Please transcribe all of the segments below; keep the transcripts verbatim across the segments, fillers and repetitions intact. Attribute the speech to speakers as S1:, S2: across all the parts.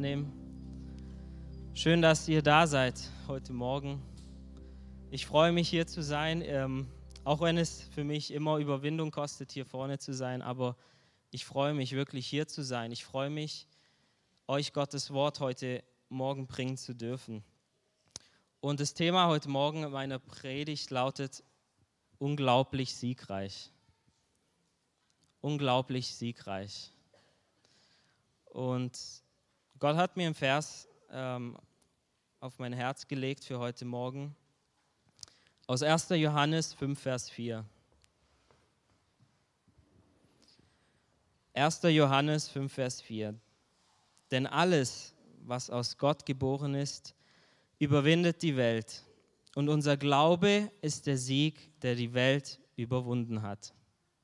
S1: nehmen. Schön, dass ihr da seid heute Morgen. Ich freue mich, hier zu sein, ähm, auch wenn es für mich immer Überwindung kostet, hier vorne zu sein, aber ich freue mich wirklich, hier zu sein. Ich freue mich, euch Gottes Wort heute Morgen bringen zu dürfen. Und das Thema heute Morgen meiner Predigt lautet unglaublich siegreich. Unglaublich siegreich. Und Gott hat mir einen Vers ähm, auf mein Herz gelegt für heute Morgen. Aus erster Johannes fünf, Vers vier. erster Johannes fünf, Vers vier. Denn alles, was aus Gott geboren ist, überwindet die Welt. Und unser Glaube ist der Sieg, der die Welt überwunden hat.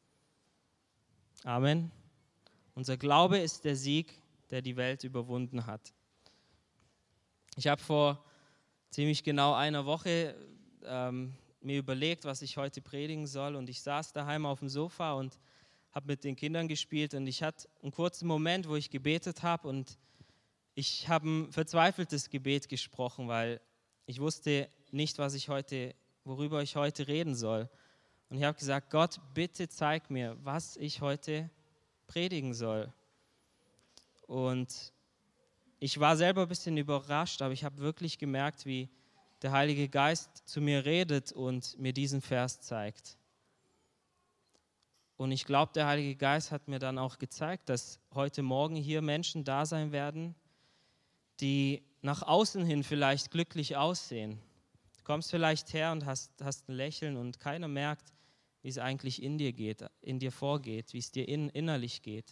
S1: Amen. Unser Glaube ist der Sieg, der die Welt überwunden hat. Ich habe vor ziemlich genau einer Woche ähm, mir überlegt, was ich heute predigen soll, und ich saß daheim auf dem Sofa und habe mit den Kindern gespielt, und ich hatte einen kurzen Moment, wo ich gebetet habe, und ich habe ein verzweifeltes Gebet gesprochen, weil ich wusste nicht, was ich heute, worüber ich heute reden soll. Und ich habe gesagt: Gott, bitte zeig mir, was ich heute predigen soll. Und ich war selber ein bisschen überrascht, aber ich habe wirklich gemerkt, wie der Heilige Geist zu mir redet und mir diesen Vers zeigt. Und ich glaube, der Heilige Geist hat mir dann auch gezeigt, dass heute Morgen hier Menschen da sein werden, die nach außen hin vielleicht glücklich aussehen. Du kommst vielleicht her und hast, hast ein Lächeln, und keiner merkt, wie es eigentlich in dir geht, in dir vorgeht, wie es dir in, innerlich geht.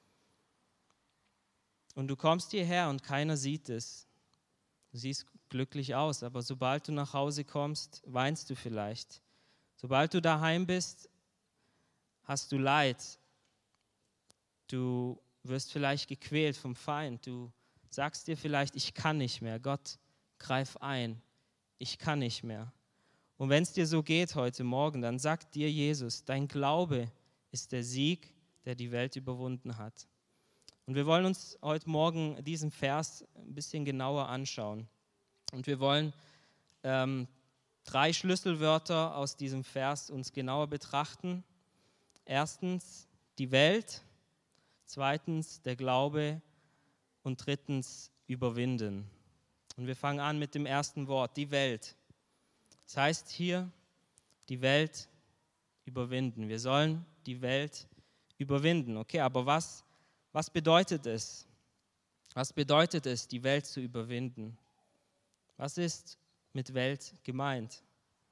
S1: Und du kommst hierher und keiner sieht es. Du siehst glücklich aus, aber sobald du nach Hause kommst, weinst du vielleicht. Sobald du daheim bist, hast du Leid. Du wirst vielleicht gequält vom Feind. Du sagst dir vielleicht: Ich kann nicht mehr. Gott, greif ein. Ich kann nicht mehr. Und wenn es dir so geht heute Morgen, dann sagt dir Jesus: Dein Glaube ist der Sieg, der die Welt überwunden hat. Und wir wollen uns heute Morgen diesen Vers ein bisschen genauer anschauen. Und wir wollen ähm, drei Schlüsselwörter aus diesem Vers uns genauer betrachten. Erstens die Welt, zweitens der Glaube und drittens überwinden. Und wir fangen an mit dem ersten Wort, die Welt. Das heißt hier, die Welt überwinden. Wir sollen die Welt überwinden. Okay, aber was Was bedeutet es? Was bedeutet es, die Welt zu überwinden? Was ist mit Welt gemeint?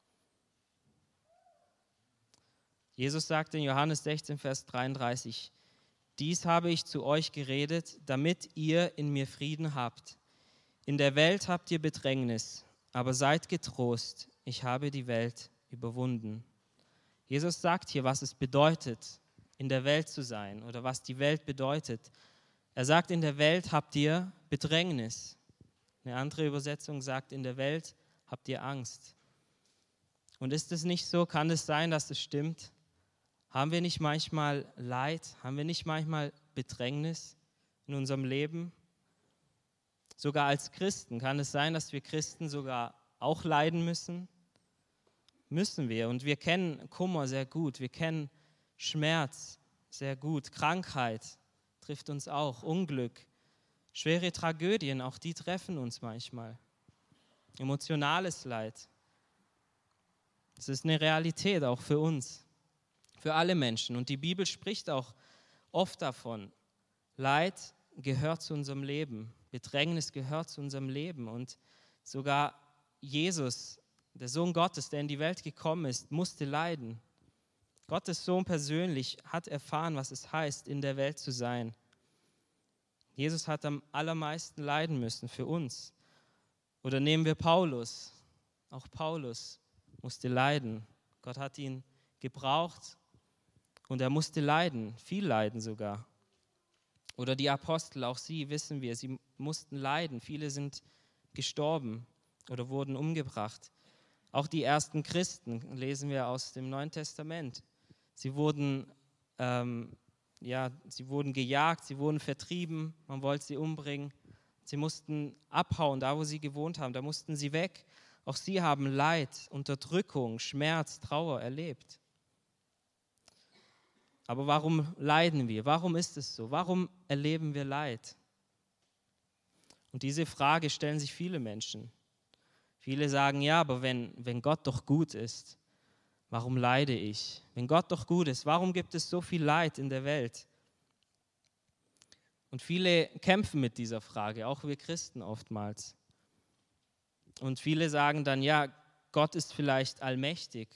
S1: Jesus sagt in Johannes sechzehn, Vers dreiunddreißig: Dies habe ich zu euch geredet, damit ihr in mir Frieden habt. In der Welt habt ihr Bedrängnis, aber seid getrost, ich habe die Welt überwunden. Jesus sagt hier, was es bedeutet, in der Welt zu sein, oder was die Welt bedeutet. Er sagt, in der Welt habt ihr Bedrängnis. Eine andere Übersetzung sagt, in der Welt habt ihr Angst. Und ist es nicht so? Kann es sein, dass es stimmt? Haben wir nicht manchmal Leid? Haben wir nicht manchmal Bedrängnis in unserem Leben? Sogar als Christen kann es sein, dass wir Christen sogar auch leiden müssen? Müssen wir. Und wir kennen Kummer sehr gut. Wir kennen Schmerz sehr gut, Krankheit trifft uns auch, Unglück, schwere Tragödien, auch die treffen uns manchmal. Emotionales Leid. Das ist eine Realität auch für uns, für alle Menschen. Und die Bibel spricht auch oft davon. Leid gehört zu unserem Leben, Bedrängnis gehört zu unserem Leben. Und sogar Jesus, der Sohn Gottes, der in die Welt gekommen ist, musste leiden. Gottes Sohn persönlich hat erfahren, was es heißt, in der Welt zu sein. Jesus hat am allermeisten leiden müssen für uns. Oder nehmen wir Paulus. Auch Paulus musste leiden. Gott hat ihn gebraucht und er musste leiden, viel leiden sogar. Oder die Apostel, auch sie, wissen wir, sie mussten leiden. Viele sind gestorben oder wurden umgebracht. Auch die ersten Christen lesen wir aus dem Neuen Testament. Sie wurden, ähm, ja, sie wurden gejagt, sie wurden vertrieben, man wollte sie umbringen. Sie mussten abhauen, da wo sie gewohnt haben, da mussten sie weg. Auch sie haben Leid, Unterdrückung, Schmerz, Trauer erlebt. Aber warum leiden wir? Warum ist es so? Warum erleben wir Leid? Und diese Frage stellen sich viele Menschen. Viele sagen, ja, aber wenn, wenn Gott doch gut ist, warum leide ich? Wenn Gott doch gut ist, warum gibt es so viel Leid in der Welt? Und viele kämpfen mit dieser Frage, auch wir Christen oftmals. Und viele sagen dann, ja, Gott ist vielleicht allmächtig,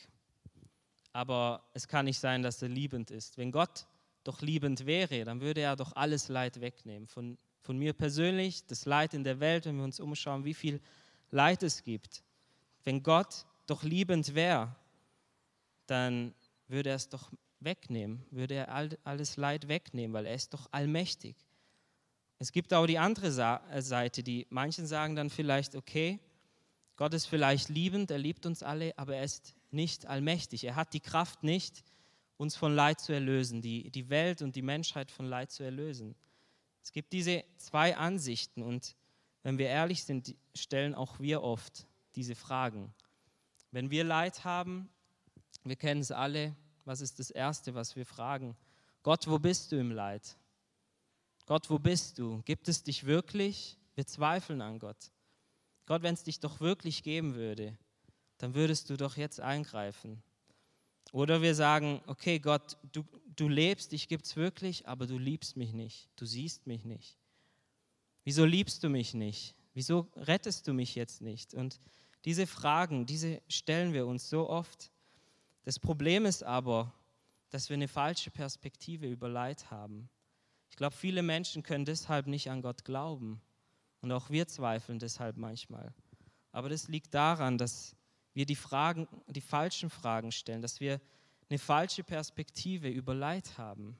S1: aber es kann nicht sein, dass er liebend ist. Wenn Gott doch liebend wäre, dann würde er doch alles Leid wegnehmen. Von, von mir persönlich, das Leid in der Welt, wenn wir uns umschauen, wie viel Leid es gibt. Wenn Gott doch liebend wäre, dann würde er es doch wegnehmen, würde er all, alles Leid wegnehmen, weil er ist doch allmächtig. Es gibt auch die andere Seite, die manchen sagen dann vielleicht, okay, Gott ist vielleicht liebend, er liebt uns alle, aber er ist nicht allmächtig. Er hat die Kraft nicht, uns von Leid zu erlösen, die, die Welt und die Menschheit von Leid zu erlösen. Es gibt diese zwei Ansichten und wenn wir ehrlich sind, stellen auch wir oft diese Fragen. Wenn wir Leid haben, wir kennen es alle, was ist das Erste, was wir fragen? Gott, wo bist du im Leid? Gott, wo bist du? Gibt es dich wirklich? Wir zweifeln an Gott. Gott, wenn es dich doch wirklich geben würde, dann würdest du doch jetzt eingreifen. Oder wir sagen, okay Gott, du, du lebst, dich gibt es wirklich, aber du liebst mich nicht, du siehst mich nicht. Wieso liebst du mich nicht? Wieso rettest du mich jetzt nicht? Und diese Fragen, diese stellen wir uns so oft. Das Problem ist aber, dass wir eine falsche Perspektive über Leid haben. Ich glaube, viele Menschen können deshalb nicht an Gott glauben. Und auch wir zweifeln deshalb manchmal. Aber das liegt daran, dass wir die Fragen, die falschen Fragen stellen, dass wir eine falsche Perspektive über Leid haben.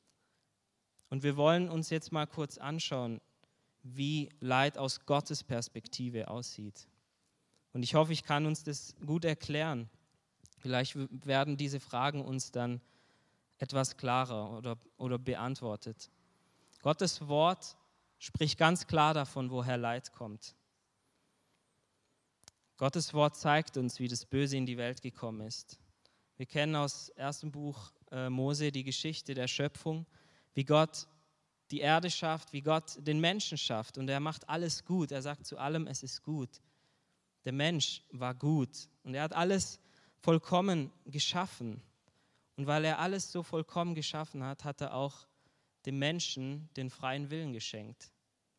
S1: Und wir wollen uns jetzt mal kurz anschauen, wie Leid aus Gottes Perspektive aussieht. Und ich hoffe, ich kann uns das gut erklären. Vielleicht werden diese Fragen uns dann etwas klarer oder, oder beantwortet. Gottes Wort spricht ganz klar davon, woher Leid kommt. Gottes Wort zeigt uns, wie das Böse in die Welt gekommen ist. Wir kennen aus ersten Buch äh, Mose die Geschichte der Schöpfung, wie Gott die Erde schafft, wie Gott den Menschen schafft. Und er macht alles gut. Er sagt zu allem, es ist gut. Der Mensch war gut. Und er hat alles vollkommen geschaffen. Und weil er alles so vollkommen geschaffen hat, hat er auch dem Menschen den freien Willen geschenkt.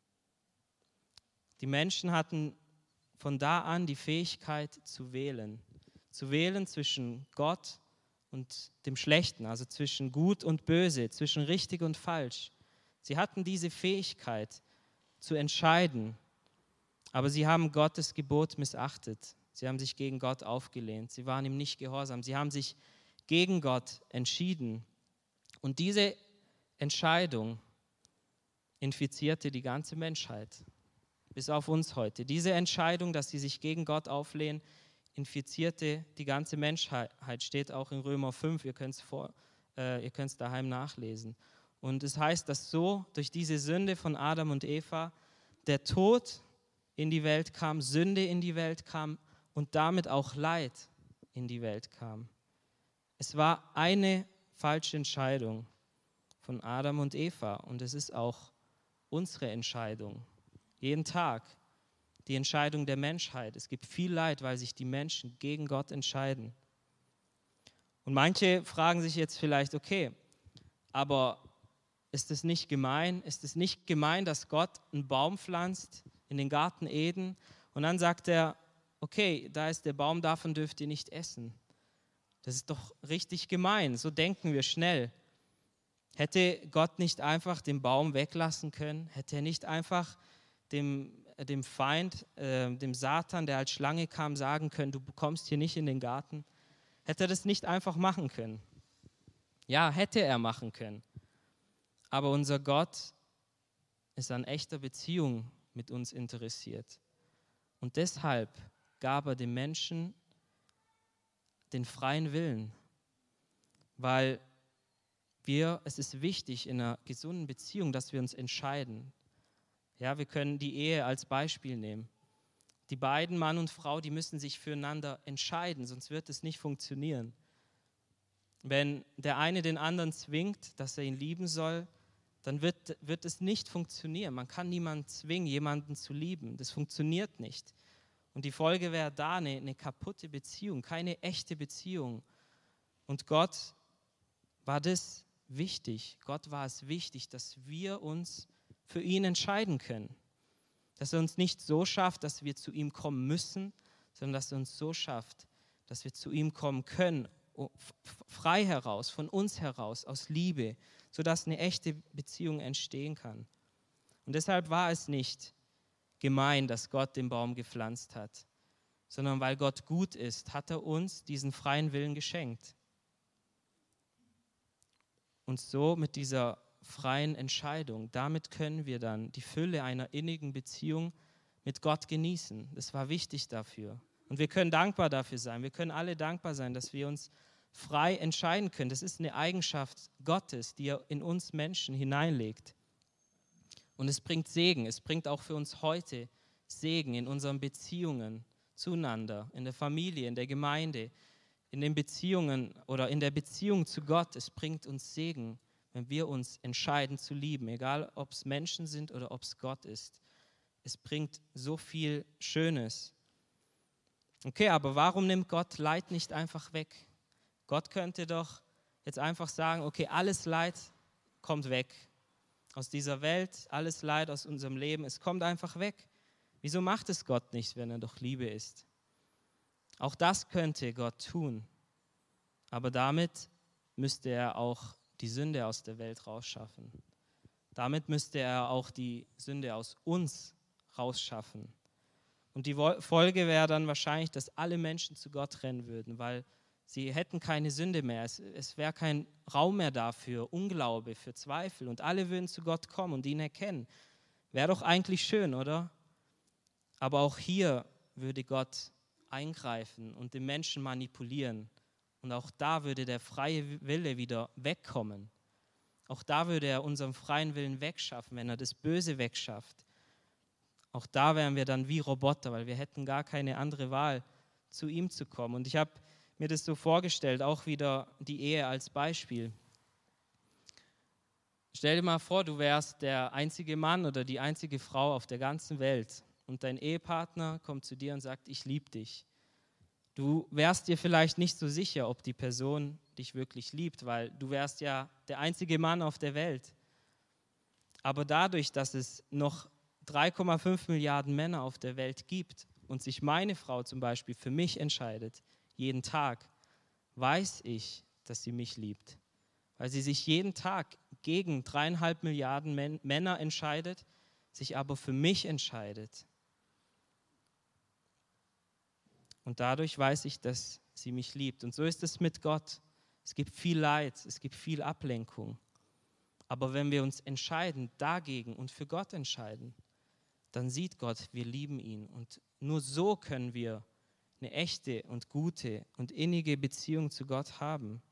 S1: Die Menschen hatten von da an die Fähigkeit zu wählen. Zu wählen zwischen Gott und dem Schlechten, also zwischen Gut und Böse, zwischen richtig und falsch. Sie hatten diese Fähigkeit zu entscheiden, aber sie haben Gottes Gebot missachtet. Sie haben sich gegen Gott aufgelehnt. Sie waren ihm nicht gehorsam. Sie haben sich gegen Gott entschieden. Und diese Entscheidung infizierte die ganze Menschheit, bis auf uns heute. Diese Entscheidung, dass sie sich gegen Gott auflehnen, infizierte die ganze Menschheit. Steht auch in Römer fünf, ihr könnt es vor, äh, ihr könnt es daheim nachlesen. Und es heißt, dass so durch diese Sünde von Adam und Eva der Tod in die Welt kam, Sünde in die Welt kam und damit auch Leid in die Welt kam. Es war eine falsche Entscheidung von Adam und Eva und es ist auch unsere Entscheidung. Jeden Tag die Entscheidung der Menschheit. Es gibt viel Leid, weil sich die Menschen gegen Gott entscheiden. Und manche fragen sich jetzt vielleicht, okay, aber ist es nicht gemein? Ist es nicht gemein, dass Gott einen Baum pflanzt in den Garten Eden und dann sagt er, okay, da ist der Baum, davon dürft ihr nicht essen. Das ist doch richtig gemein, so denken wir schnell. Hätte Gott nicht einfach den Baum weglassen können? Hätte er nicht einfach dem, dem Feind, äh, dem Satan, der als Schlange kam, sagen können, du kommst hier nicht in den Garten? Hätte er das nicht einfach machen können? Ja, hätte er machen können. Aber unser Gott ist an echter Beziehung mit uns interessiert. Und deshalb gab er dem Menschen den freien Willen, weil wir, es ist wichtig in einer gesunden Beziehung, dass wir uns entscheiden. Ja, wir können die Ehe als Beispiel nehmen. Die beiden, Mann und Frau, die müssen sich füreinander entscheiden, sonst wird es nicht funktionieren. Wenn der eine den anderen zwingt, dass er ihn lieben soll, dann wird, wird es nicht funktionieren. Man kann niemanden zwingen, jemanden zu lieben. Das funktioniert nicht. Und die Folge wäre da eine, eine kaputte Beziehung, keine echte Beziehung. Und Gott war das wichtig. Gott war es wichtig, dass wir uns für ihn entscheiden können. Dass er uns nicht so schafft, dass wir zu ihm kommen müssen, sondern dass er uns so schafft, dass wir zu ihm kommen können, frei heraus, von uns heraus, aus Liebe, sodass eine echte Beziehung entstehen kann. Und deshalb war es nicht gemein, dass Gott den Baum gepflanzt hat, sondern weil Gott gut ist, hat er uns diesen freien Willen geschenkt. Und so mit dieser freien Entscheidung, damit können wir dann die Fülle einer innigen Beziehung mit Gott genießen. Das war wichtig dafür. Und wir können dankbar dafür sein. Wir können alle dankbar sein, dass wir uns frei entscheiden können. Das ist eine Eigenschaft Gottes, die er in uns Menschen hineinlegt. Und es bringt Segen. Es bringt auch für uns heute Segen in unseren Beziehungen zueinander, in der Familie, in der Gemeinde, in den Beziehungen oder in der Beziehung zu Gott. Es bringt uns Segen, wenn wir uns entscheiden zu lieben, egal ob es Menschen sind oder ob es Gott ist. Es bringt so viel Schönes. Okay, aber warum nimmt Gott Leid nicht einfach weg? Gott könnte doch jetzt einfach sagen, okay, alles Leid kommt weg aus dieser Welt, alles Leid aus unserem Leben, es kommt einfach weg. Wieso macht es Gott nicht, wenn er doch Liebe ist? Auch das könnte Gott tun, aber damit müsste er auch die Sünde aus der Welt rausschaffen. Damit müsste er auch die Sünde aus uns rausschaffen. Und die Folge wäre dann wahrscheinlich, dass alle Menschen zu Gott rennen würden, weil sie hätten keine Sünde mehr. Es, es wäre kein Raum mehr dafür, Unglaube, für Zweifel. Und alle würden zu Gott kommen und ihn erkennen. Wäre doch eigentlich schön, oder? Aber auch hier würde Gott eingreifen und den Menschen manipulieren. Und auch da würde der freie Wille wieder wegkommen. Auch da würde er unseren freien Willen wegschaffen, wenn er das Böse wegschafft. Auch da wären wir dann wie Roboter, weil wir hätten gar keine andere Wahl, zu ihm zu kommen. Und ich habe mir das so vorgestellt, auch wieder die Ehe als Beispiel. Stell dir mal vor, du wärst der einzige Mann oder die einzige Frau auf der ganzen Welt und dein Ehepartner kommt zu dir und sagt, ich liebe dich. Du wärst dir vielleicht nicht so sicher, ob die Person dich wirklich liebt, weil du wärst ja der einzige Mann auf der Welt. Aber dadurch, dass es noch drei Komma fünf Milliarden Männer auf der Welt gibt und sich meine Frau zum Beispiel für mich entscheidet, jeden Tag, weiß ich, dass sie mich liebt. Weil sie sich jeden Tag gegen dreieinhalb Milliarden Männer entscheidet, sich aber für mich entscheidet. Und dadurch weiß ich, dass sie mich liebt. Und so ist es mit Gott. Es gibt viel Leid, es gibt viel Ablenkung. Aber wenn wir uns entscheiden, dagegen und für Gott entscheiden, dann sieht Gott, wir lieben ihn. Und nur so können wir eine echte und gute und innige Beziehung zu Gott haben.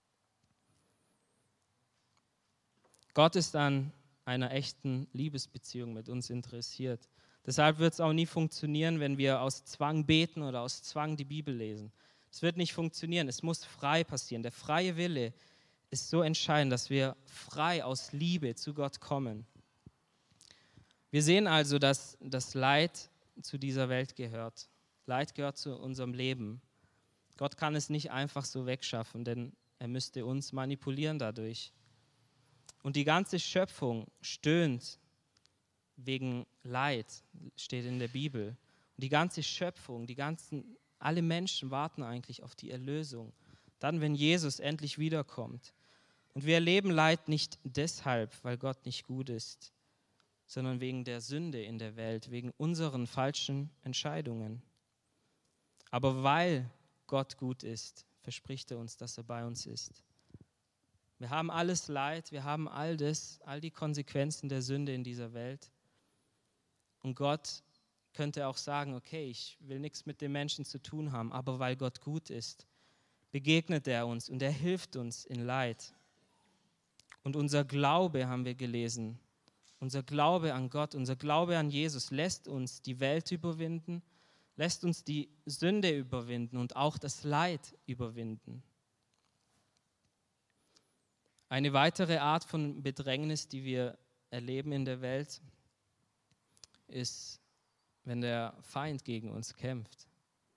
S1: Gott ist an einer echten Liebesbeziehung mit uns interessiert. Deshalb wird es auch nie funktionieren, wenn wir aus Zwang beten oder aus Zwang die Bibel lesen. Es wird nicht funktionieren, es muss frei passieren. Der freie Wille ist so entscheidend, dass wir frei aus Liebe zu Gott kommen. Wir sehen also, dass das Leid zu dieser Welt gehört. Leid gehört zu unserem Leben. Gott kann es nicht einfach so wegschaffen, denn er müsste uns manipulieren dadurch. Und die ganze Schöpfung stöhnt wegen Leid, steht in der Bibel. Und die ganze Schöpfung, die ganzen, alle Menschen warten eigentlich auf die Erlösung. Dann, wenn Jesus endlich wiederkommt. Und wir erleben Leid nicht deshalb, weil Gott nicht gut ist, sondern wegen der Sünde in der Welt, wegen unseren falschen Entscheidungen. Aber weil Gott gut ist, verspricht er uns, dass er bei uns ist. Wir haben alles Leid, wir haben all das, all die Konsequenzen der Sünde in dieser Welt. Und Gott könnte auch sagen, okay, ich will nichts mit den Menschen zu tun haben, aber weil Gott gut ist, begegnet er uns und er hilft uns in Leid. Und unser Glaube, haben wir gelesen, Unser Glaube an Gott, unser Glaube an Jesus lässt uns die Welt überwinden, lässt uns die Sünde überwinden und auch das Leid überwinden. Eine weitere Art von Bedrängnis, die wir erleben in der Welt, ist, wenn der Feind gegen uns kämpft.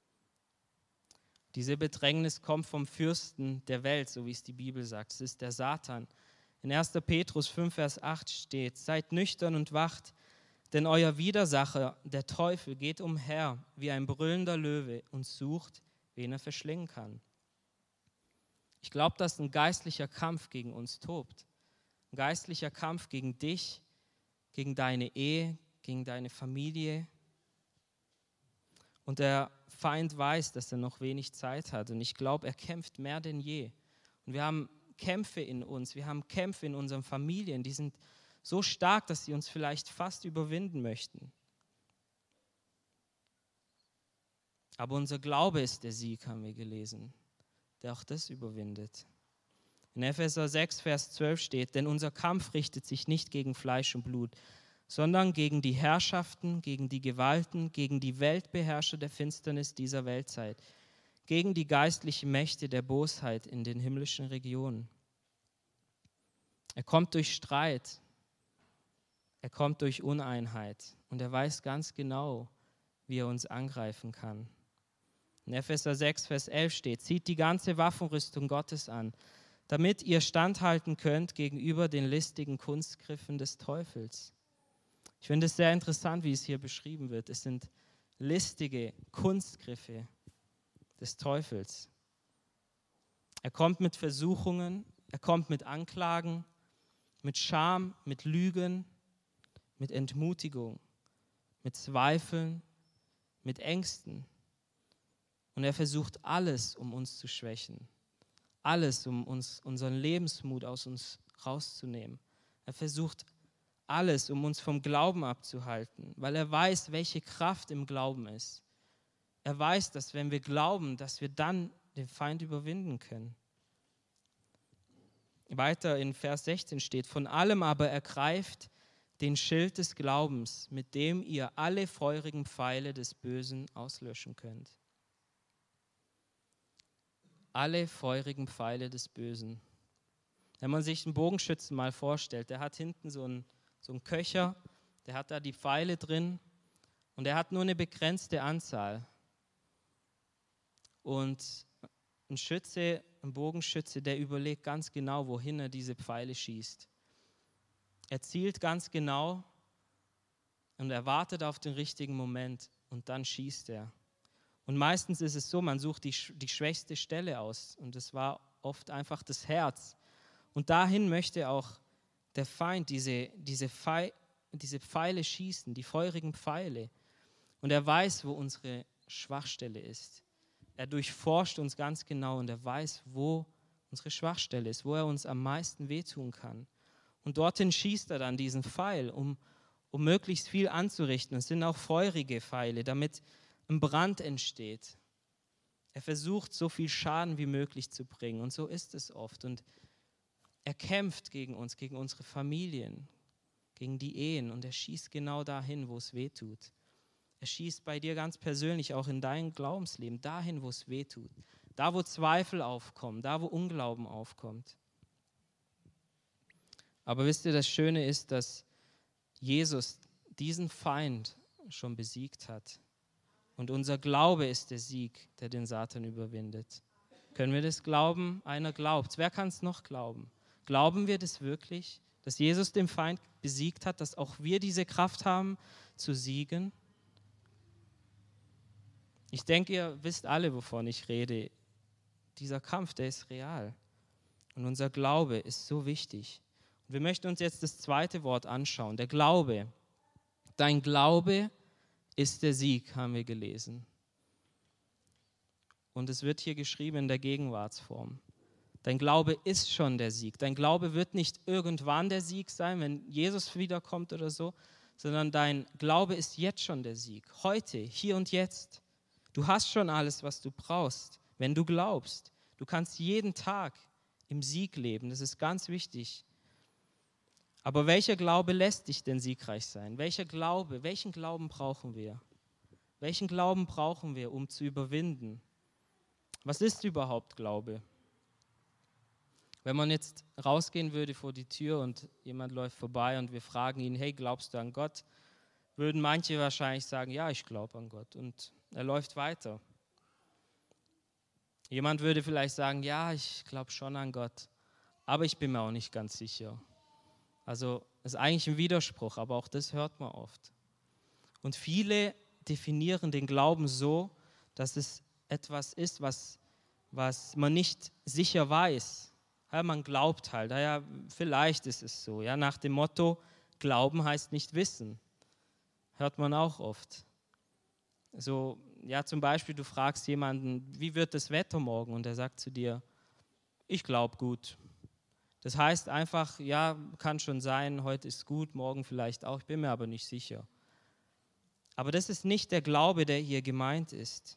S1: Diese Bedrängnis kommt vom Fürsten der Welt, so wie es die Bibel sagt. Es ist der Satan. In erster Petrus fünf, Vers acht steht: Seid nüchtern und wacht, denn euer Widersacher, der Teufel, geht umher wie ein brüllender Löwe und sucht, wen er verschlingen kann. Ich glaube, dass ein geistlicher Kampf gegen uns tobt. Ein geistlicher Kampf gegen dich, gegen deine Ehe, gegen deine Familie. Und der Feind weiß, dass er noch wenig Zeit hat. Und ich glaube, er kämpft mehr denn je. Und wir haben Kämpfe in uns, wir haben Kämpfe in unseren Familien, die sind so stark, dass sie uns vielleicht fast überwinden möchten. Aber unser Glaube ist der Sieg, haben wir gelesen, der auch das überwindet. In Epheser sechs, Vers zwölf steht: Denn unser Kampf richtet sich nicht gegen Fleisch und Blut, sondern gegen die Herrschaften, gegen die Gewalten, gegen die Weltbeherrscher der Finsternis dieser Weltzeit, gegen die geistlichen Mächte der Bosheit in den himmlischen Regionen. Er kommt durch Streit, er kommt durch Uneinheit und er weiß ganz genau, wie er uns angreifen kann. In Epheser sechs, Vers elf steht: Zieht die ganze Waffenrüstung Gottes an, damit ihr standhalten könnt gegenüber den listigen Kunstgriffen des Teufels. Ich finde es sehr interessant, wie es hier beschrieben wird. Es sind listige Kunstgriffe des Teufels. Er kommt mit Versuchungen, er kommt mit Anklagen, mit Scham, mit Lügen, mit Entmutigung, mit Zweifeln, mit Ängsten. Und er versucht alles, um uns zu schwächen. Alles, um uns, unseren Lebensmut aus uns rauszunehmen. Er versucht alles, um uns vom Glauben abzuhalten, weil er weiß, welche Kraft im Glauben ist. Er weiß, dass wenn wir glauben, dass wir dann den Feind überwinden können. Weiter in Vers sechzehn steht: Von allem aber ergreift den Schild des Glaubens, mit dem ihr alle feurigen Pfeile des Bösen auslöschen könnt. Alle feurigen Pfeile des Bösen. Wenn man sich einen Bogenschützen mal vorstellt, der hat hinten so einen, so einen Köcher, der hat da die Pfeile drin und er hat nur eine begrenzte Anzahl. Und ein Schütze, ein Bogenschütze, der überlegt ganz genau, wohin er diese Pfeile schießt. Er zielt ganz genau und er wartet auf den richtigen Moment und dann schießt er. Und meistens ist es so, man sucht die, die schwächste Stelle aus und das war oft einfach das Herz. Und dahin möchte auch der Feind diese, diese, Pfeile, diese Pfeile schießen, die feurigen Pfeile. Und er weiß, wo unsere Schwachstelle ist. Er durchforscht uns ganz genau und er weiß, wo unsere Schwachstelle ist, wo er uns am meisten wehtun kann. Und dorthin schießt er dann diesen Pfeil, um, um möglichst viel anzurichten. Es sind auch feurige Pfeile, damit ein Brand entsteht. Er versucht, so viel Schaden wie möglich zu bringen. Und so ist es oft. Und er kämpft gegen uns, gegen unsere Familien, gegen die Ehen. Und er schießt genau dahin, wo es weh tut. Er schießt bei dir ganz persönlich auch in dein Glaubensleben, dahin, wo es weh tut. Da, wo Zweifel aufkommen, da, wo Unglauben aufkommt. Aber wisst ihr, das Schöne ist, dass Jesus diesen Feind schon besiegt hat. Und unser Glaube ist der Sieg, der den Satan überwindet. Können wir das glauben? Einer glaubt. Wer kann es noch glauben? Glauben wir das wirklich, dass Jesus den Feind besiegt hat, dass auch wir diese Kraft haben, zu siegen? Ich denke, ihr wisst alle, wovon ich rede. Dieser Kampf, der ist real. Und unser Glaube ist so wichtig. Und wir möchten uns jetzt das zweite Wort anschauen, der Glaube. Dein Glaube ist der Sieg, haben wir gelesen. Und es wird hier geschrieben in der Gegenwartsform. Dein Glaube ist schon der Sieg. Dein Glaube wird nicht irgendwann der Sieg sein, wenn Jesus wiederkommt oder so, sondern dein Glaube ist jetzt schon der Sieg. Heute, hier und jetzt. Du hast schon alles, was du brauchst, wenn du glaubst. Du kannst jeden Tag im Sieg leben. Das ist ganz wichtig. Aber welcher Glaube lässt dich denn siegreich sein? Welcher Glaube, welchen Glauben brauchen wir? Welchen Glauben brauchen wir, um zu überwinden? Was ist überhaupt Glaube? Wenn man jetzt rausgehen würde vor die Tür und jemand läuft vorbei und wir fragen ihn, hey, glaubst du an Gott? Würden manche wahrscheinlich sagen, ja, ich glaube an Gott. Und er läuft weiter. Jemand würde vielleicht sagen, ja, ich glaube schon an Gott, aber ich bin mir auch nicht ganz sicher. Also es ist eigentlich ein Widerspruch, aber auch das hört man oft. Und viele definieren den Glauben so, dass es etwas ist, was, was man nicht sicher weiß. Ja, man glaubt halt, ja, vielleicht ist es so. Ja, nach dem Motto, Glauben heißt nicht wissen. Hört man auch oft. So, ja, zum Beispiel, du fragst jemanden, wie wird das Wetter morgen? Und er sagt zu dir, ich glaube gut. Das heißt einfach, ja, kann schon sein, heute ist gut, morgen vielleicht auch, ich bin mir aber nicht sicher. Aber das ist nicht der Glaube, der hier gemeint ist.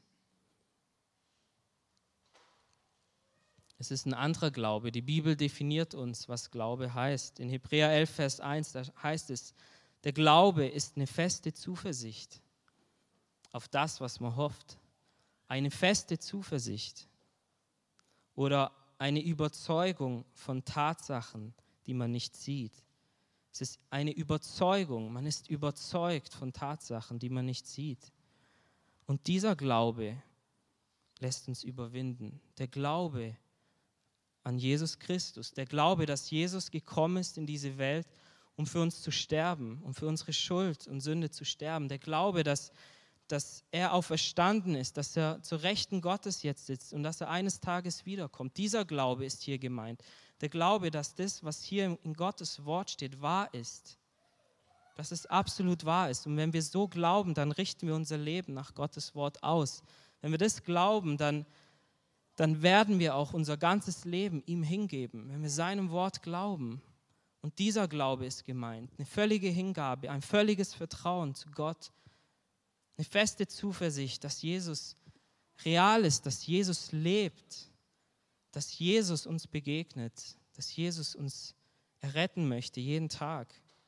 S1: Es ist ein anderer Glaube. Die Bibel definiert uns, was Glaube heißt. In Hebräer elf, Vers eins, da heißt es, der Glaube ist eine feste Zuversicht auf das, was man hofft. Eine feste Zuversicht oder eine Überzeugung von Tatsachen, die man nicht sieht. Es ist eine Überzeugung, man ist überzeugt von Tatsachen, die man nicht sieht. Und dieser Glaube lässt uns überwinden. Der Glaube an Jesus Christus, der Glaube, dass Jesus gekommen ist in diese Welt, um für uns zu sterben, um für unsere Schuld und Sünde zu sterben. Der Glaube, dass, dass er auferstanden ist, dass er zur Rechten Gottes jetzt sitzt und dass er eines Tages wiederkommt. Dieser Glaube ist hier gemeint. Der Glaube, dass das, was hier in Gottes Wort steht, wahr ist. Dass es absolut wahr ist. Und wenn wir so glauben, dann richten wir unser Leben nach Gottes Wort aus. Wenn wir das glauben, dann, dann werden wir auch unser ganzes Leben ihm hingeben. Wenn wir seinem Wort glauben. Und dieser Glaube ist gemeint. Eine völlige Hingabe, ein völliges Vertrauen zu Gott. Eine feste Zuversicht, dass Jesus real ist, dass Jesus lebt. Dass Jesus uns begegnet, dass Jesus uns erretten möchte, jeden Tag.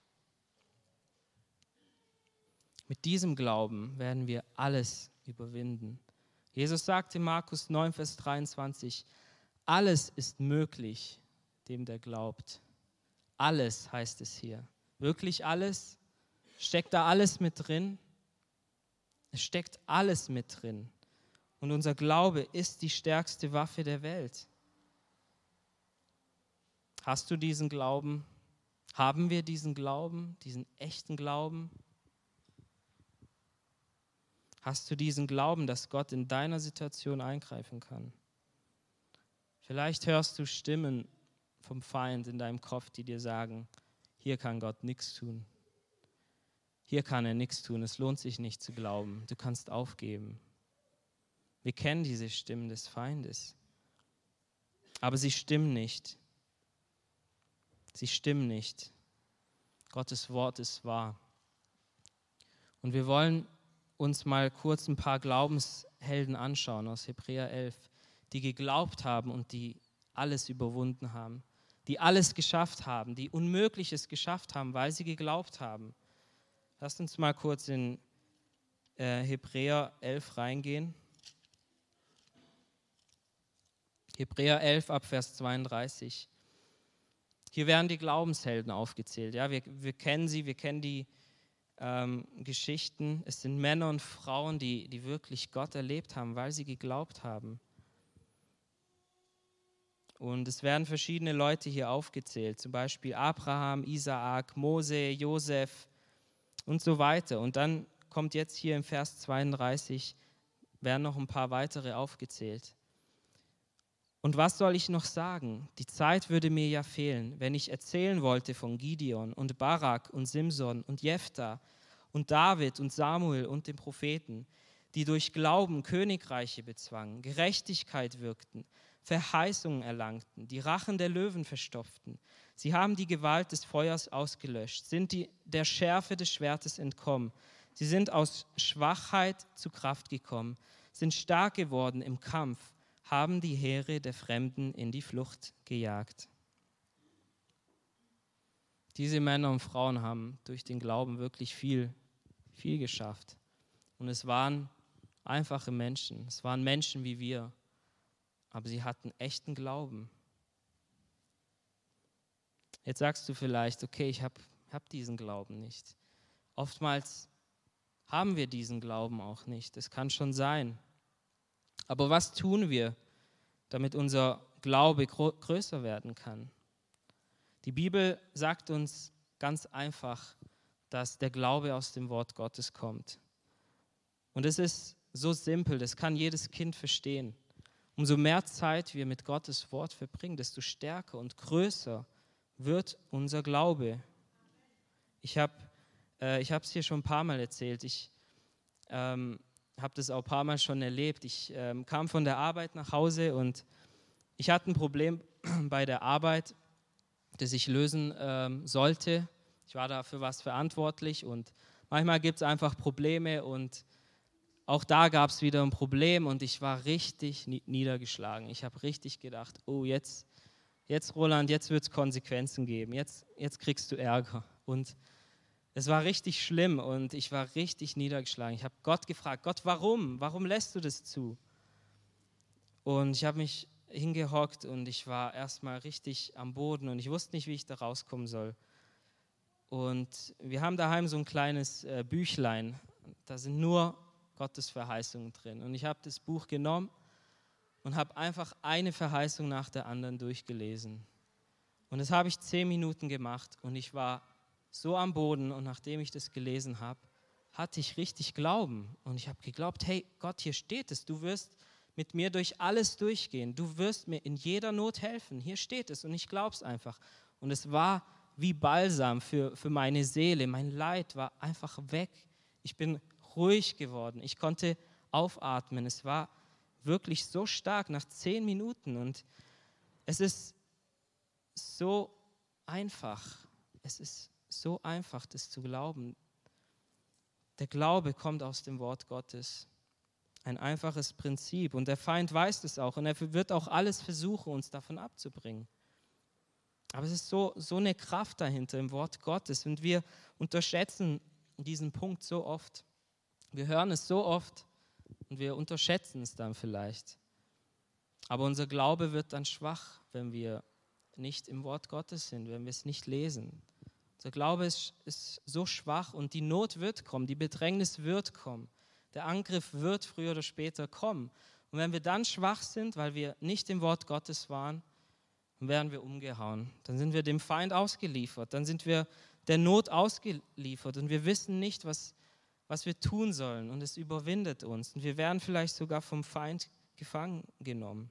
S1: Mit diesem Glauben werden wir alles überwinden. Jesus sagte in Markus neun, Vers dreiundzwanzig, alles ist möglich, dem der glaubt. Alles heißt es hier. Wirklich alles? Steckt da alles mit drin? Es steckt alles mit drin. Und unser Glaube ist die stärkste Waffe der Welt. Hast du diesen Glauben? Haben wir diesen Glauben, diesen echten Glauben? Hast du diesen Glauben, dass Gott in deiner Situation eingreifen kann? Vielleicht hörst du Stimmen vom Feind in deinem Kopf, die dir sagen, hier kann Gott nichts tun. Hier kann er nichts tun, es lohnt sich nicht zu glauben, du kannst aufgeben. Wir kennen diese Stimmen des Feindes, aber sie stimmen nicht. Sie stimmen nicht. Gottes Wort ist wahr. Und wir wollen uns mal kurz ein paar Glaubenshelden anschauen aus Hebräer elf, die geglaubt haben und die alles überwunden haben, die alles geschafft haben, die Unmögliches geschafft haben, weil sie geglaubt haben. Lasst uns mal kurz in äh, Hebräer elf reingehen. Hebräer elf ab Vers zweiunddreißig. Hier werden die Glaubenshelden aufgezählt. Ja, wir, wir kennen sie, wir kennen die ähm, Geschichten. Es sind Männer und Frauen, die, die wirklich Gott erlebt haben, weil sie geglaubt haben. Und es werden verschiedene Leute hier aufgezählt, zum Beispiel Abraham, Isaak, Mose, Josef und so weiter. Und dann kommt jetzt hier im Vers zweiunddreißig, werden noch ein paar weitere aufgezählt. Und was soll ich noch sagen? Die Zeit würde mir ja fehlen, wenn ich erzählen wollte von Gideon und Barak und Simson und Jephthah und David und Samuel und den Propheten, die durch Glauben Königreiche bezwangen, Gerechtigkeit wirkten, Verheißungen erlangten, die Rachen der Löwen verstopften. Sie haben die Gewalt des Feuers ausgelöscht, sind die, der Schärfe des Schwertes entkommen. Sie sind aus Schwachheit zu Kraft gekommen, sind stark geworden im Kampf, haben die Heere der Fremden in die Flucht gejagt. Diese Männer und Frauen haben durch den Glauben wirklich viel, viel geschafft. Und es waren einfache Menschen, es waren Menschen wie wir, aber sie hatten echten Glauben. Jetzt sagst du vielleicht, okay, ich habe hab diesen Glauben nicht. Oftmals haben wir diesen Glauben auch nicht, das kann schon sein. Aber was tun wir, damit unser Glaube größer werden kann? Die Bibel sagt uns ganz einfach, dass der Glaube aus dem Wort Gottes kommt. Und es ist so simpel, das kann jedes Kind verstehen. Umso mehr Zeit wir mit Gottes Wort verbringen, desto stärker und größer wird unser Glaube. Ich habe äh, ich habe es hier schon ein paar Mal erzählt. Ich ähm, habe das auch ein paar Mal schon erlebt. Ich ähm, kam von der Arbeit nach Hause und ich hatte ein Problem bei der Arbeit, das ich lösen ähm, sollte. Ich war da für was verantwortlich und manchmal gibt es einfach Probleme und auch da gab es wieder ein Problem und ich war richtig niedergeschlagen. Ich habe richtig gedacht, oh jetzt, jetzt Roland, jetzt wird es Konsequenzen geben, jetzt, jetzt kriegst du Ärger. Und es war richtig schlimm und ich war richtig niedergeschlagen. Ich habe Gott gefragt, Gott, warum? Warum lässt du das zu? Und ich habe mich hingehockt und ich war erstmal richtig am Boden und ich wusste nicht, wie ich da rauskommen soll. Und wir haben daheim so ein kleines äh, Büchlein, da sind nur Gottes Verheißungen drin. Und ich habe das Buch genommen und habe einfach eine Verheißung nach der anderen durchgelesen. Und das habe ich zehn Minuten gemacht und ich war so am Boden und nachdem ich das gelesen habe, hatte ich richtig Glauben. Und ich habe geglaubt, hey Gott, hier steht es, du wirst mit mir durch alles durchgehen. Du wirst mir in jeder Not helfen. Hier steht es und ich glaube es einfach. Und es war wie Balsam für, für meine Seele. Mein Leid war einfach weg. Ich bin ruhig geworden. Ich konnte aufatmen. Es war wirklich so stark nach zehn Minuten. Und es ist so einfach. Es ist so einfach, das zu glauben. Der Glaube kommt aus dem Wort Gottes. Ein einfaches Prinzip. Und der Feind weiß es auch. Und er wird auch alles versuchen, uns davon abzubringen. Aber es ist so, so eine Kraft dahinter im Wort Gottes. Und wir unterschätzen diesen Punkt so oft. Wir hören es so oft und wir unterschätzen es dann vielleicht. Aber unser Glaube wird dann schwach, wenn wir nicht im Wort Gottes sind, wenn wir es nicht lesen. Unser Glaube ist, ist so schwach und die Not wird kommen, die Bedrängnis wird kommen. Der Angriff wird früher oder später kommen. Und wenn wir dann schwach sind, weil wir nicht im Wort Gottes waren, dann werden wir umgehauen. Dann sind wir dem Feind ausgeliefert. Dann sind wir der Not ausgeliefert. Und wir wissen nicht, was, was wir tun sollen. Und es überwindet uns. Und wir werden vielleicht sogar vom Feind gefangen genommen.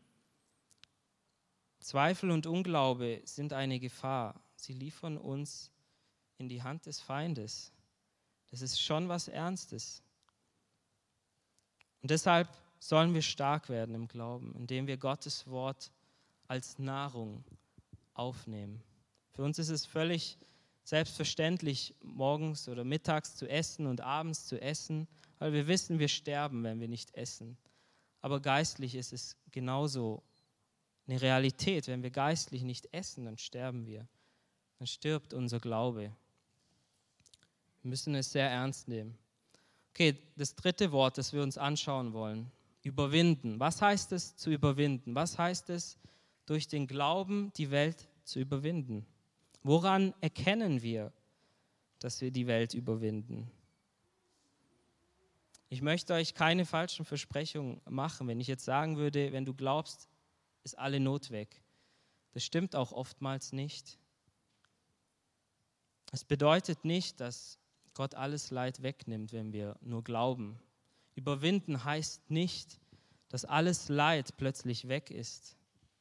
S1: Zweifel und Unglaube sind eine Gefahr. Sie liefern uns in die Hand des Feindes. Das ist schon was Ernstes. Und deshalb sollen wir stark werden im Glauben, indem wir Gottes Wort als Nahrung aufnehmen. Für uns ist es völlig selbstverständlich, morgens oder mittags zu essen und abends zu essen, weil wir wissen, wir sterben, wenn wir nicht essen. Aber geistlich ist es genauso eine Realität. Wenn wir geistlich nicht essen, dann sterben wir. Dann stirbt unser Glaube. Wir müssen es sehr ernst nehmen. Okay, das dritte Wort, das wir uns anschauen wollen, überwinden. Was heißt es zu überwinden? Was heißt es, durch den Glauben die Welt zu überwinden? Woran erkennen wir, dass wir die Welt überwinden? Ich möchte euch keine falschen Versprechungen machen, wenn ich jetzt sagen würde, wenn du glaubst, ist alle Not weg. Das stimmt auch oftmals nicht. Es bedeutet nicht, dass Gott alles Leid wegnimmt, wenn wir nur glauben. Überwinden heißt nicht, dass alles Leid plötzlich weg ist.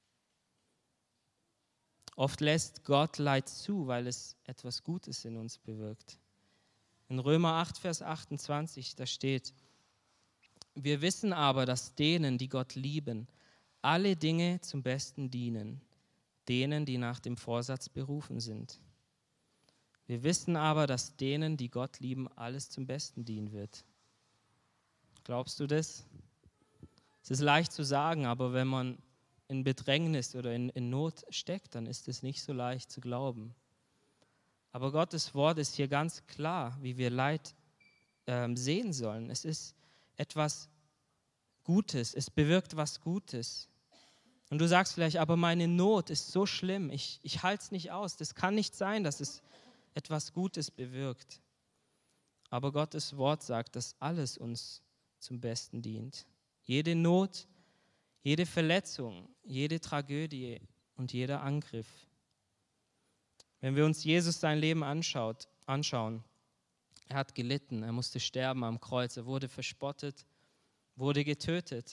S1: Oft lässt Gott Leid zu, weil es etwas Gutes in uns bewirkt. In Römer acht, Vers achtundzwanzig, da steht, wir wissen aber, dass denen, die Gott lieben, alle Dinge zum Besten dienen, denen, die nach dem Vorsatz berufen sind. Wir wissen aber, dass denen, die Gott lieben, alles zum Besten dienen wird. Glaubst du das? Es ist leicht zu sagen, aber wenn man in Bedrängnis oder in, in Not steckt, dann ist es nicht so leicht zu glauben. Aber Gottes Wort ist hier ganz klar, wie wir Leid ähm, sehen sollen. Es ist etwas Gutes, es bewirkt was Gutes. Und du sagst vielleicht, aber meine Not ist so schlimm, ich, ich halte es nicht aus. Das kann nicht sein, dass es etwas Gutes bewirkt. Aber Gottes Wort sagt, dass alles uns zum Besten dient. Jede Not, jede Verletzung, jede Tragödie und jeder Angriff. Wenn wir uns Jesus sein Leben anschaut, anschauen, er hat gelitten, er musste sterben am Kreuz, er wurde verspottet, wurde getötet.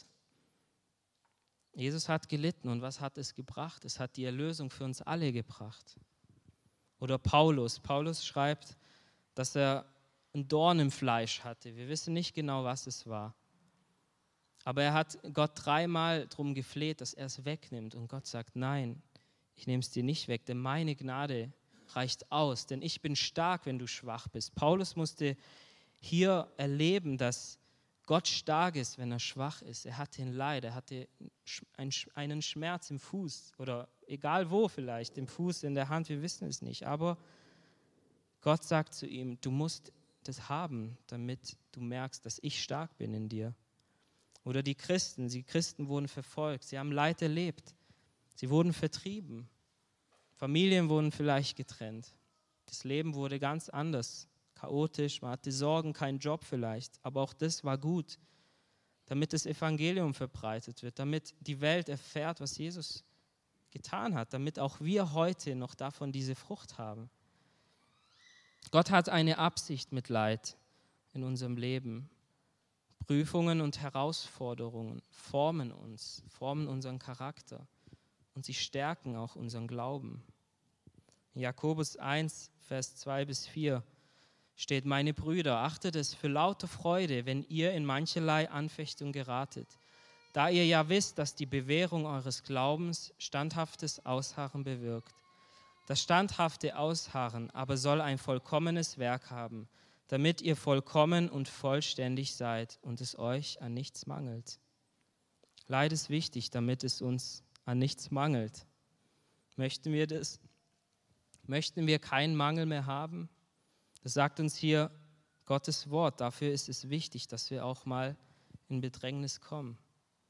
S1: Jesus hat gelitten und was hat es gebracht? Es hat die Erlösung für uns alle gebracht. Oder Paulus. Paulus schreibt, dass er ein Dorn im Fleisch hatte. Wir wissen nicht genau, was es war. Aber er hat Gott dreimal darum gefleht, dass er es wegnimmt. Und Gott sagt, nein, ich nehme es dir nicht weg, denn meine Gnade reicht aus. Denn ich bin stark, wenn du schwach bist. Paulus musste hier erleben, dass Gott stark ist, wenn er schwach ist. Er hatte ein Leid, er hatte einen Schmerz im Fuß oder egal wo vielleicht, im Fuß, in der Hand, wir wissen es nicht. Aber Gott sagt zu ihm, du musst das haben, damit du merkst, dass ich stark bin in dir. Oder die Christen, die Christen wurden verfolgt, sie haben Leid erlebt, sie wurden vertrieben, Familien wurden vielleicht getrennt, das Leben wurde ganz anders, chaotisch, man hatte Sorgen, keinen Job vielleicht, aber auch das war gut, damit das Evangelium verbreitet wird, damit die Welt erfährt, was Jesus getan hat, damit auch wir heute noch davon diese Frucht haben. Gott hat eine Absicht mit Leid in unserem Leben. Prüfungen und Herausforderungen formen uns, formen unseren Charakter und sie stärken auch unseren Glauben. In Jakobus eins, Vers zwei bis vier steht, meine Brüder, achtet es für lauter Freude, wenn ihr in mancherlei Anfechtung geratet, da ihr ja wisst, dass die Bewährung eures Glaubens standhaftes Ausharren bewirkt. Das standhafte Ausharren aber soll ein vollkommenes Werk haben, damit ihr vollkommen und vollständig seid und es euch an nichts mangelt. Leid ist wichtig, damit es uns an nichts mangelt. Möchten wir das? Möchten wir keinen Mangel mehr haben? Das sagt uns hier Gottes Wort. Dafür ist es wichtig, dass wir auch mal in Bedrängnis kommen.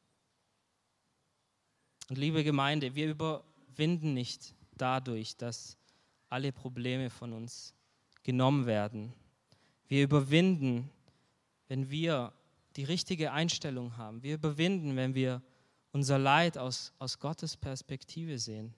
S1: Und liebe Gemeinde, wir überwinden nicht dadurch, dass alle Probleme von uns genommen werden. Wir überwinden, wenn wir die richtige Einstellung haben. Wir überwinden, wenn wir unser Leid aus, aus Gottes Perspektive sehen.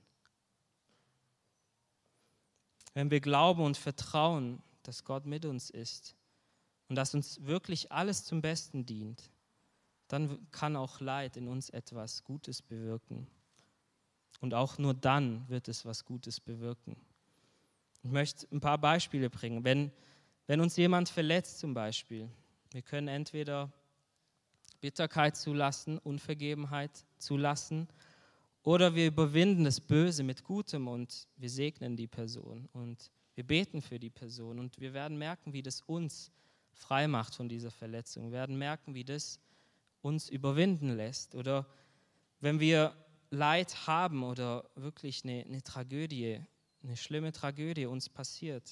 S1: Wenn wir glauben und vertrauen, dass Gott mit uns ist und dass uns wirklich alles zum Besten dient, dann kann auch Leid in uns etwas Gutes bewirken. Und auch nur dann wird es was Gutes bewirken. Ich möchte ein paar Beispiele bringen. Wenn, wenn uns jemand verletzt zum Beispiel, wir können entweder Bitterkeit zulassen, Unvergebenheit zulassen, oder wir überwinden das Böse mit Gutem und wir segnen die Person und wir beten für die Person und wir werden merken, wie das uns frei macht von dieser Verletzung. Wir werden merken, wie das uns überwinden lässt. Oder wenn wir Leid haben oder wirklich eine, eine Tragödie, eine schlimme Tragödie uns passiert,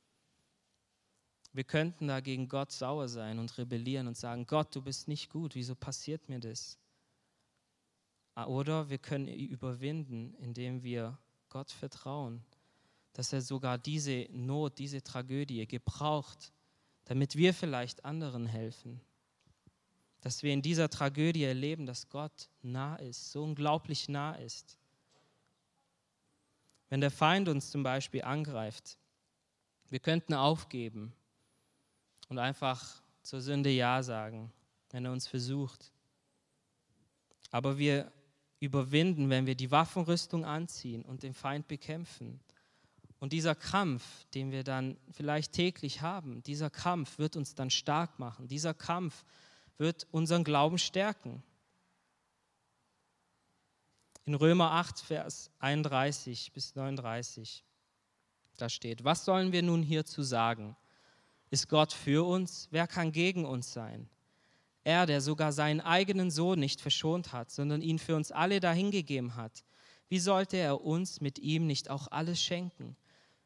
S1: wir könnten da gegen Gott sauer sein und rebellieren und sagen, Gott, du bist nicht gut, wieso passiert mir das? Oder wir können überwinden, indem wir Gott vertrauen, dass er sogar diese Not, diese Tragödie gebraucht, damit wir vielleicht anderen helfen. Dass wir in dieser Tragödie erleben, dass Gott nah ist, so unglaublich nah ist. Wenn der Feind uns zum Beispiel angreift, wir könnten aufgeben und einfach zur Sünde Ja sagen, wenn er uns versucht. Aber wir überwinden, wenn wir die Waffenrüstung anziehen und den Feind bekämpfen. Und dieser Kampf, den wir dann vielleicht täglich haben, dieser Kampf wird uns dann stark machen. Dieser Kampf wird unseren Glauben stärken. In Römer acht, Vers einunddreißig bis neununddreißig, da steht, was sollen wir nun hierzu sagen? Ist Gott für uns? Wer kann gegen uns sein? Er, der sogar seinen eigenen Sohn nicht verschont hat, sondern ihn für uns alle dahingegeben hat, wie sollte er uns mit ihm nicht auch alles schenken?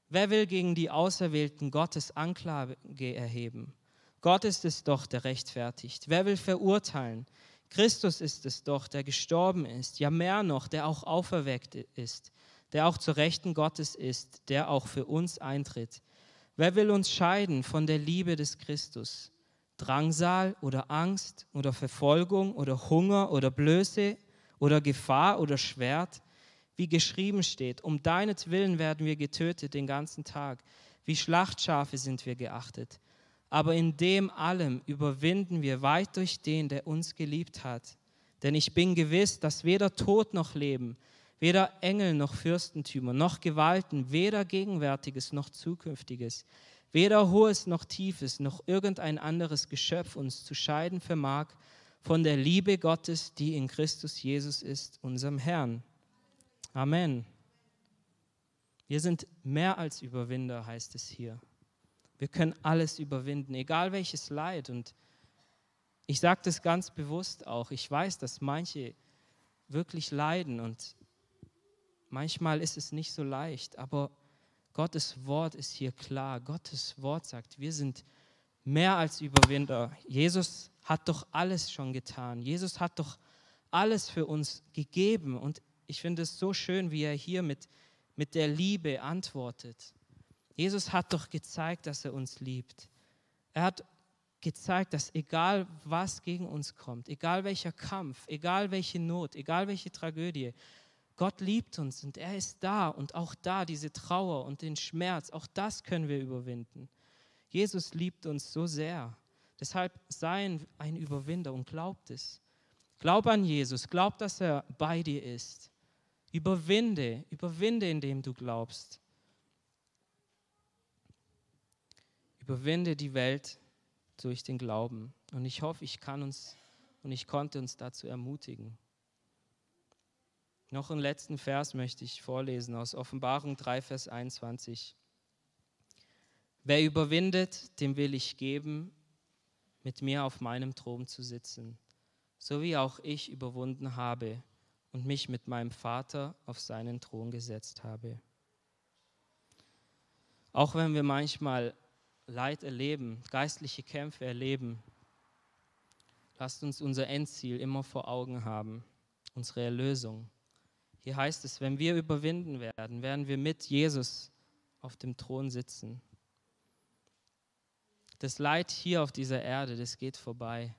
S1: Wer will gegen die Auserwählten Gottes Anklage erheben? Gott ist es doch, der rechtfertigt. Wer will verurteilen? Christus ist es doch, der gestorben ist, ja mehr noch, der auch auferweckt ist, der auch zur Rechten Gottes ist, der auch für uns eintritt. Wer will uns scheiden von der Liebe des Christus? Drangsal oder Angst oder Verfolgung oder Hunger oder Blöße oder Gefahr oder Schwert? Wie geschrieben steht, um deinetwillen werden wir getötet den ganzen Tag, wie Schlachtschafe sind wir geachtet. Aber in dem allem überwinden wir weit durch den, der uns geliebt hat. Denn ich bin gewiss, dass weder Tod noch Leben, weder Engel noch Fürstentümer, noch Gewalten, weder Gegenwärtiges noch Zukünftiges, weder Hohes noch Tiefes, noch irgendein anderes Geschöpf uns zu scheiden vermag von der Liebe Gottes, die in Christus Jesus ist, unserem Herrn. Amen. Wir sind mehr als Überwinder, heißt es hier. Wir können alles überwinden, egal welches Leid. Und ich sage das ganz bewusst auch. Ich weiß, dass manche wirklich leiden und manchmal ist es nicht so leicht, aber Gottes Wort ist hier klar. Gottes Wort sagt, wir sind mehr als Überwinder. Jesus hat doch alles schon getan. Jesus hat doch alles für uns gegeben. Und ich finde es so schön, wie er hier mit, mit der Liebe antwortet. Jesus hat doch gezeigt, dass er uns liebt. Er hat gezeigt, dass egal was gegen uns kommt, egal welcher Kampf, egal welche Not, egal welche Tragödie, Gott liebt uns und er ist da und auch da diese Trauer und den Schmerz, auch das können wir überwinden. Jesus liebt uns so sehr. Deshalb sei ein Überwinder und glaubt es. Glaub an Jesus, glaub, dass er bei dir ist. Überwinde, überwinde, indem du glaubst. Überwinde die Welt durch den Glauben. Und ich hoffe, ich kann uns und ich konnte uns dazu ermutigen. Noch einen letzten Vers möchte ich vorlesen aus Offenbarung drei, Vers einundzwanzig. Wer überwindet, dem will ich geben, mit mir auf meinem Thron zu sitzen, so wie auch ich überwunden habe und mich mit meinem Vater auf seinen Thron gesetzt habe. Auch wenn wir manchmal Leid erleben, geistliche Kämpfe erleben, lasst uns unser Endziel immer vor Augen haben, unsere Erlösung. Hier heißt es, wenn wir überwinden werden, werden wir mit Jesus auf dem Thron sitzen. Das Leid hier auf dieser Erde, das geht vorbei.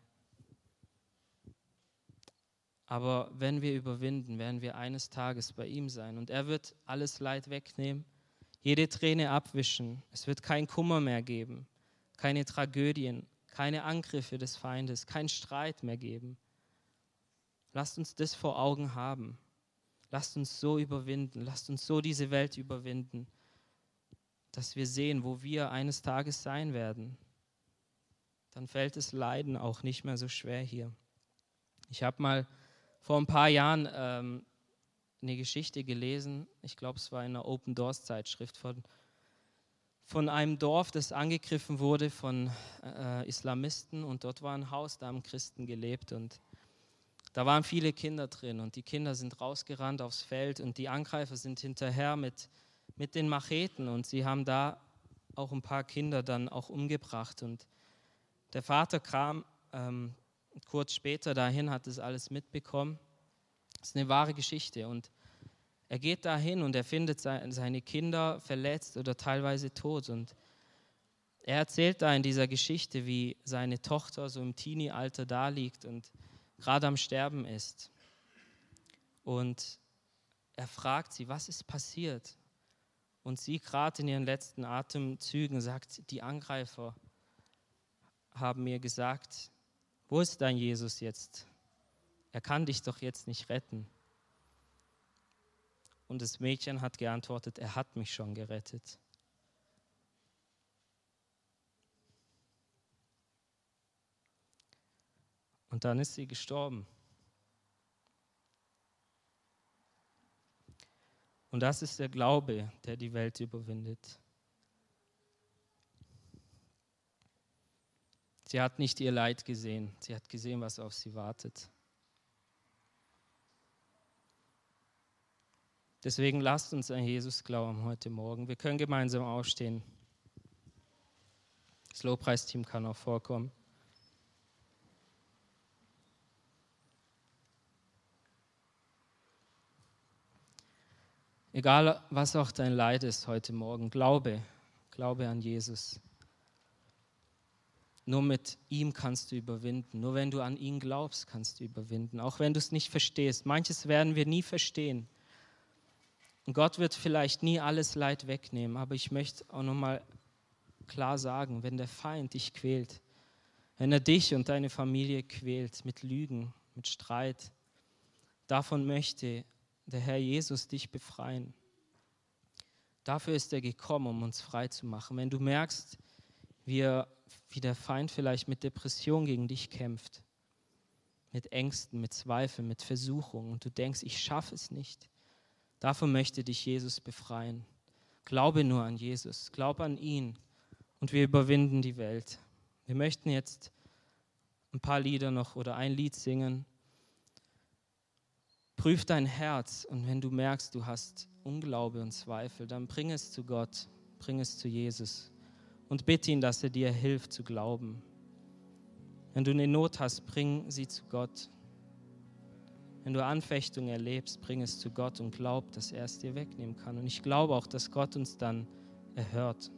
S1: Aber wenn wir überwinden, werden wir eines Tages bei ihm sein und er wird alles Leid wegnehmen, jede Träne abwischen. Es wird kein Kummer mehr geben, keine Tragödien, keine Angriffe des Feindes, kein Streit mehr geben. Lasst uns das vor Augen haben. Lasst uns so überwinden, lasst uns so diese Welt überwinden, dass wir sehen, wo wir eines Tages sein werden. Dann fällt das Leiden auch nicht mehr so schwer hier. Ich habe mal vor ein paar Jahren ähm, eine Geschichte gelesen, ich glaube, es war in einer Open Doors Zeitschrift von, von einem Dorf, das angegriffen wurde von äh, Islamisten und dort war ein Haus, da haben Christen gelebt und da waren viele Kinder drin und die Kinder sind rausgerannt aufs Feld und die Angreifer sind hinterher mit, mit den Macheten und sie haben da auch ein paar Kinder dann auch umgebracht und der Vater kam ähm, kurz später dahin, hat das alles mitbekommen. Das ist eine wahre Geschichte und er geht dahin und er findet seine Kinder verletzt oder teilweise tot und er erzählt da in dieser Geschichte, wie seine Tochter so im Teenie-Alter da liegt und gerade am Sterben ist. Und er fragt sie, was ist passiert? Und sie gerade in ihren letzten Atemzügen sagt, die Angreifer haben mir gesagt, wo ist dein Jesus jetzt? Er kann dich doch jetzt nicht retten. Und das Mädchen hat geantwortet, er hat mich schon gerettet. Und dann ist sie gestorben. Und das ist der Glaube, der die Welt überwindet. Sie hat nicht ihr Leid gesehen, sie hat gesehen, was auf sie wartet. Deswegen lasst uns an Jesus glauben heute Morgen. Wir können gemeinsam aufstehen. Das Lobpreisteam kann auch vorkommen. Egal, was auch dein Leid ist heute Morgen, glaube, glaube an Jesus. Nur mit ihm kannst du überwinden. Nur wenn du an ihn glaubst, kannst du überwinden. Auch wenn du es nicht verstehst. Manches werden wir nie verstehen. Und Gott wird vielleicht nie alles Leid wegnehmen. Aber ich möchte auch nochmal klar sagen, wenn der Feind dich quält, wenn er dich und deine Familie quält mit Lügen, mit Streit, davon möchte der Herr Jesus dich befreien. Dafür ist er gekommen, um uns frei zu machen. Wenn du merkst, wie, er, wie der Feind vielleicht mit Depression gegen dich kämpft, mit Ängsten, mit Zweifeln, mit Versuchungen und du denkst, ich schaffe es nicht, davon möchte dich Jesus befreien. Glaube nur an Jesus, glaub an ihn und wir überwinden die Welt. Wir möchten jetzt ein paar Lieder noch oder ein Lied singen. Prüf dein Herz und wenn du merkst, du hast Unglaube und Zweifel, dann bring es zu Gott, bring es zu Jesus und bitte ihn, dass er dir hilft zu glauben. Wenn du eine Not hast, bring sie zu Gott. Wenn du Anfechtung erlebst, bring es zu Gott und glaub, dass er es dir wegnehmen kann. Und ich glaube auch, dass Gott uns dann erhört.